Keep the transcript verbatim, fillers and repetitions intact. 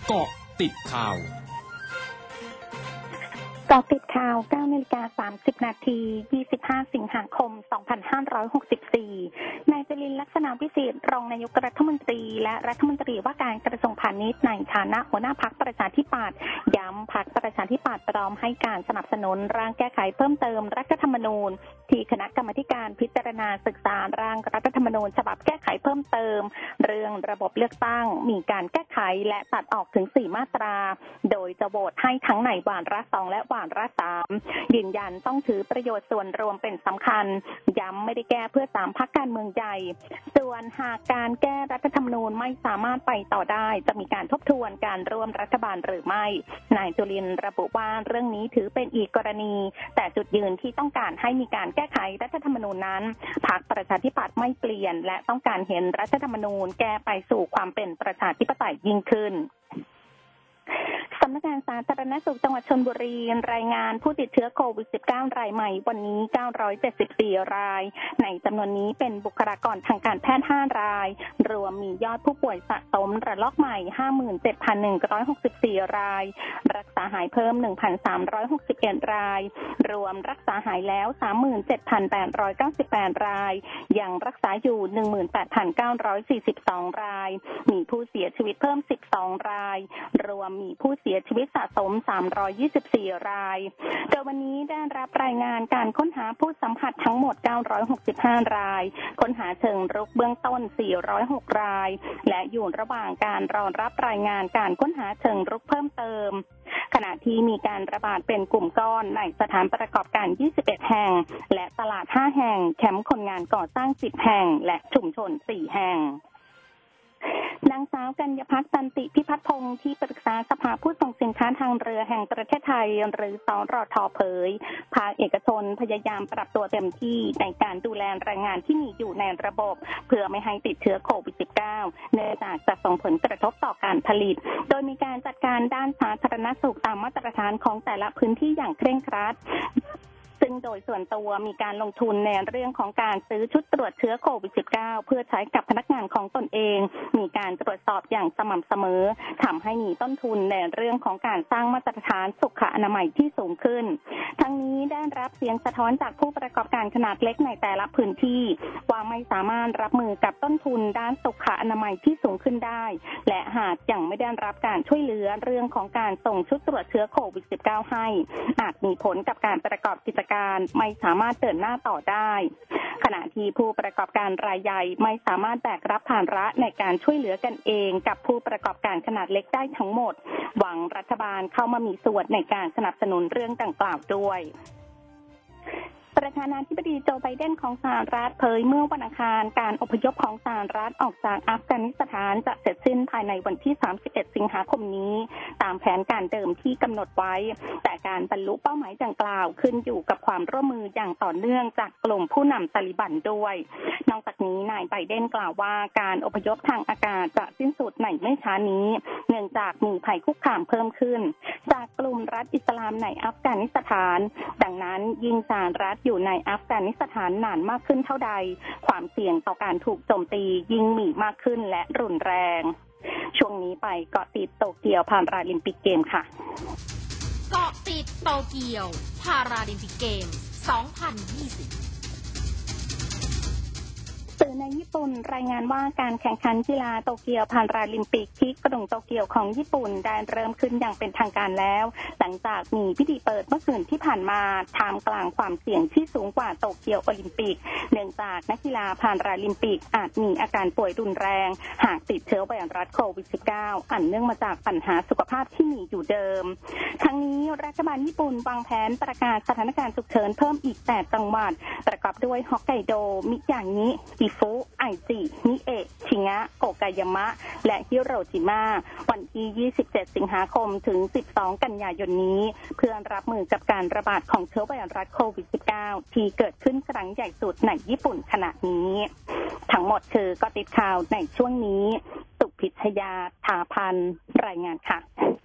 เกาะติดข่าวเกาะติดข่าว เก้านาฬิกาสามสิบนาที ยี่สิบห้า สิงหาคม สองพันห้าร้อยหกสิบสี่ นายจุลินทร์ลักษณะวิสิทธิ์รองนายกรัฐมนตรีและรัฐมนตรีว่าการกระทรวงพาณิชย์ในฐานะหัวหน้าพรรคประชาธิปัตย์ย้ำพรรคประชาธิปัตย์พร้อมให้การสนับสนุนร่างแก้ไขเพิ่มเติมรัฐธรรมนูญที่คณะกรรมาการพิจารณาศึกษาร่างรัฐธรรมนูญฉบับแก้ไขเพิ่มเติมเรื่องระบบเลือกตั้งมีการแก้ไขและตัดออกถึงสี่มาตราโดยจะโหวตให้ทั้งในวาระสองและวาระสามยืนยันต้องถือประโยชน์ส่วนรวมเป็นสำคัญย้ำไม่ได้แก้เพื่อสามพรรคการเมืองใหญ่ส่วนหากการแก้รัฐธรรมนูญไม่สามารถไปต่อได้จะมีการทบทวนการร่วมรัฐบาลหรือไม่นายจุลินทร์ระบุว่าเรื่องนี้ถือเป็นอีกกรณีแต่จุดยืนที่ต้องการให้มีการแก้ไขรัฐธรรมนูญนั้นพรรคประชาธิปัตย์ไม่เปลี่ยนและต้องการเห็นรัฐธรรมนูญแก้ไปสู่ความเป็นประชาธิปไตยยิ่งขึ้นสำนักงานสาธารณสุขจังหวัดชลบุรีรายงานผู้ติดเชื้อโควิด สิบเก้า รายใหม่วันนี้เก้าร้อยเจ็ดสิบสี่รายในจำนวนนี้เป็นบุคลากรทางการแพทย์ห้ารายรวมมียอดผู้ป่วยสะสมระลอกใหม่ ห้าหมื่นเจ็ดพันหนึ่งร้อยหกสิบสี่รายรักษาหายเพิ่ม หนึ่งพันสามร้อยหกสิบเอ็ดรายรวมรักษาหายแล้ว สามหมื่นเจ็ดพันแปดร้อยเก้าสิบแปดรายยังรักษาอยู่ หนึ่งหมื่นแปดพันเก้าร้อยสี่สิบสองรายมีผู้เสียชีวิตเพิ่มสิบสองรายรวมมีผู้เสียชีวิตสะสมสามร้อยยี่สิบสี่รายโดยวันนี้ได้รับรายงานการค้นหาผู้สัมผัสทั้งหมดเก้าร้อยหกสิบห้ารายค้นหาเชิงรุกเบื้องต้นสี่ร้อยหกรายและอยู่ระหว่างการรอรับรายงานการค้นหาเชิงรุกเพิ่มเติมขณะที่มีการระบาดเป็นกลุ่มก้อนในสถานประกอบการยี่สิบเอ็ดแห่งและตลาดห้าแห่งแคมป์คนงานก่อสร้างสิบแห่งและชุมชนสี่แห่งนางสาวกัญญพัฒน์ตันติพิพัฒน์พงศ์ที่ปรึกษาสภาผู้ส่งสินค้าทางเรือแห่งประเทศไทยหรือสรท.เผยภาคเอกชนพยายามปรับตัวเต็มที่ในการดูแลแรงงานที่มีอยู่ในระบบเพื่อไม่ให้ติดเชื้อโควิด สิบเก้า เนื่องจากจะส่งผลกระทบต่อการผลิตโดยมีการจัดการด้านสาธารณสุขตามมาตรฐานของแต่ละพื้นที่อย่างเคร่งครัดซึ่งโดยส่วนตัวมีการลงทุนในเรื่องของการซื้อชุดตรวจเชื้อโควิด สิบเก้า เพื่อใช้กับพนักงานของตนเองมีการตรวจสอบอย่างสม่ำเสมอทำให้มีต้นทุนในเรื่องของการสร้างมาตรฐานสุขอนามัยที่สูงขึ้นทั้งนี้ได้รับเสียงสะท้อนจากผู้ประกอบการขนาดเล็กในแต่ละพื้นที่ว่าไม่สามารถรับมือกับต้นทุนด้านสุขอนามัยที่สูงขึ้นได้และหากยังไม่ได้รับการช่วยเหลือเรื่องของการส่งชุดตรวจเชื้อโควิด สิบเก้า ให้อาจมีผลกับการประกอบกิจการไม่สามารถเดินหน้าต่อได้ขณะที่ผู้ประกอบการรายใหญ่ไม่สามารถแบกรับภาระในการช่วยเหลือกันเองกับผู้ประกอบการขนาดเล็กได้ทั้งหมดหวังรัฐบาลเข้ามามีส่วนในการสนับสนุนเรื่องดังกล่าวด้วยประธานาธิบดีโจไบเดนของสหรัฐเผยเมื่อวันอังคารการอพยพของสหรัฐออกจากอัฟกานิสถานจะเสร็จสิ้นภายในวันที่สามสิบเอ็ดสิงหาคมนี้ตามแผนการเดิมที่กำหนดไว้แต่การบรรลุเป้าหมายดังกล่าวขึ้นอยู่กับความร่วมมืออย่างต่อเนื่องจากกลุ่มผู้นำตาลิบันด้วยนอกจากนี้นายไบเดนกล่าวว่าการอพยพทางอากาศจะสิ้นสุดในไม่ช้านี้เนื่องจากมีภัยคุกคามเพิ่มขึ้นจากกลุ่มรัฐอิสลามในอัฟกานิสถานดังนั้นยิ่งสหรัฐอยู่ในอัฟกานิสถานนานมากขึ้นเท่าใดความเสี่ยงต่อการถูกโจมตียิ่งมีมากขึ้นและรุนแรงช่วงนี้ไปเกาะติดโตเกียวพาราลิมปิกเกมค่ะเกาะติดโตเกียวพาราลิมปิกเกมสองพันยี่สิบสื่อในญี่ปุ่นรายงานว่าการแข่งขันกีฬาโตเกียวพาราลิมปิกที่กรุงโตเกียวของญี่ปุ่นได้เริ่มขึ้นอย่างเป็นทางการแล้วหลังจากมีพิธีเปิดเมื่อคืนที่ผ่านมาท่ามกลางความเสี่ยงที่สูงกว่าโตเกียวโอลิมปิกเนื่องจากนักกีฬาพาราลิมปิกอาจมีอาการป่วยรุนแรงหากติดเชื้อไวรัสโควิด สิบเก้า อันเนื่องมาจากปัญหาสุขภาพที่มีอยู่เดิมทั้งนี้รัฐบาลญี่ปุ่นวางแผนประกาศสถานการณ์ฉุกเฉินเพิ่มอีกแปดจังหวัดประกอบด้วยฮอกไกโดมิยางิกิฟุไอจิมิเอะชิงะโอกายามะและฮิโรจิมะวันที่ยี่สิบเจ็ดสิงหาคมถึงสิบสองกันยายนนี้เพื่อรับมือกับการระบาดของเชื้อไวรัสโควิด สิบเก้า ที่เกิดขึ้นครั้งใหญ่สุดในญี่ปุ่นขณะนี้ทั้งหมดคือก็ติดข่าวในช่วงนี้สุพิชยา ถาพันรายงานค่ะ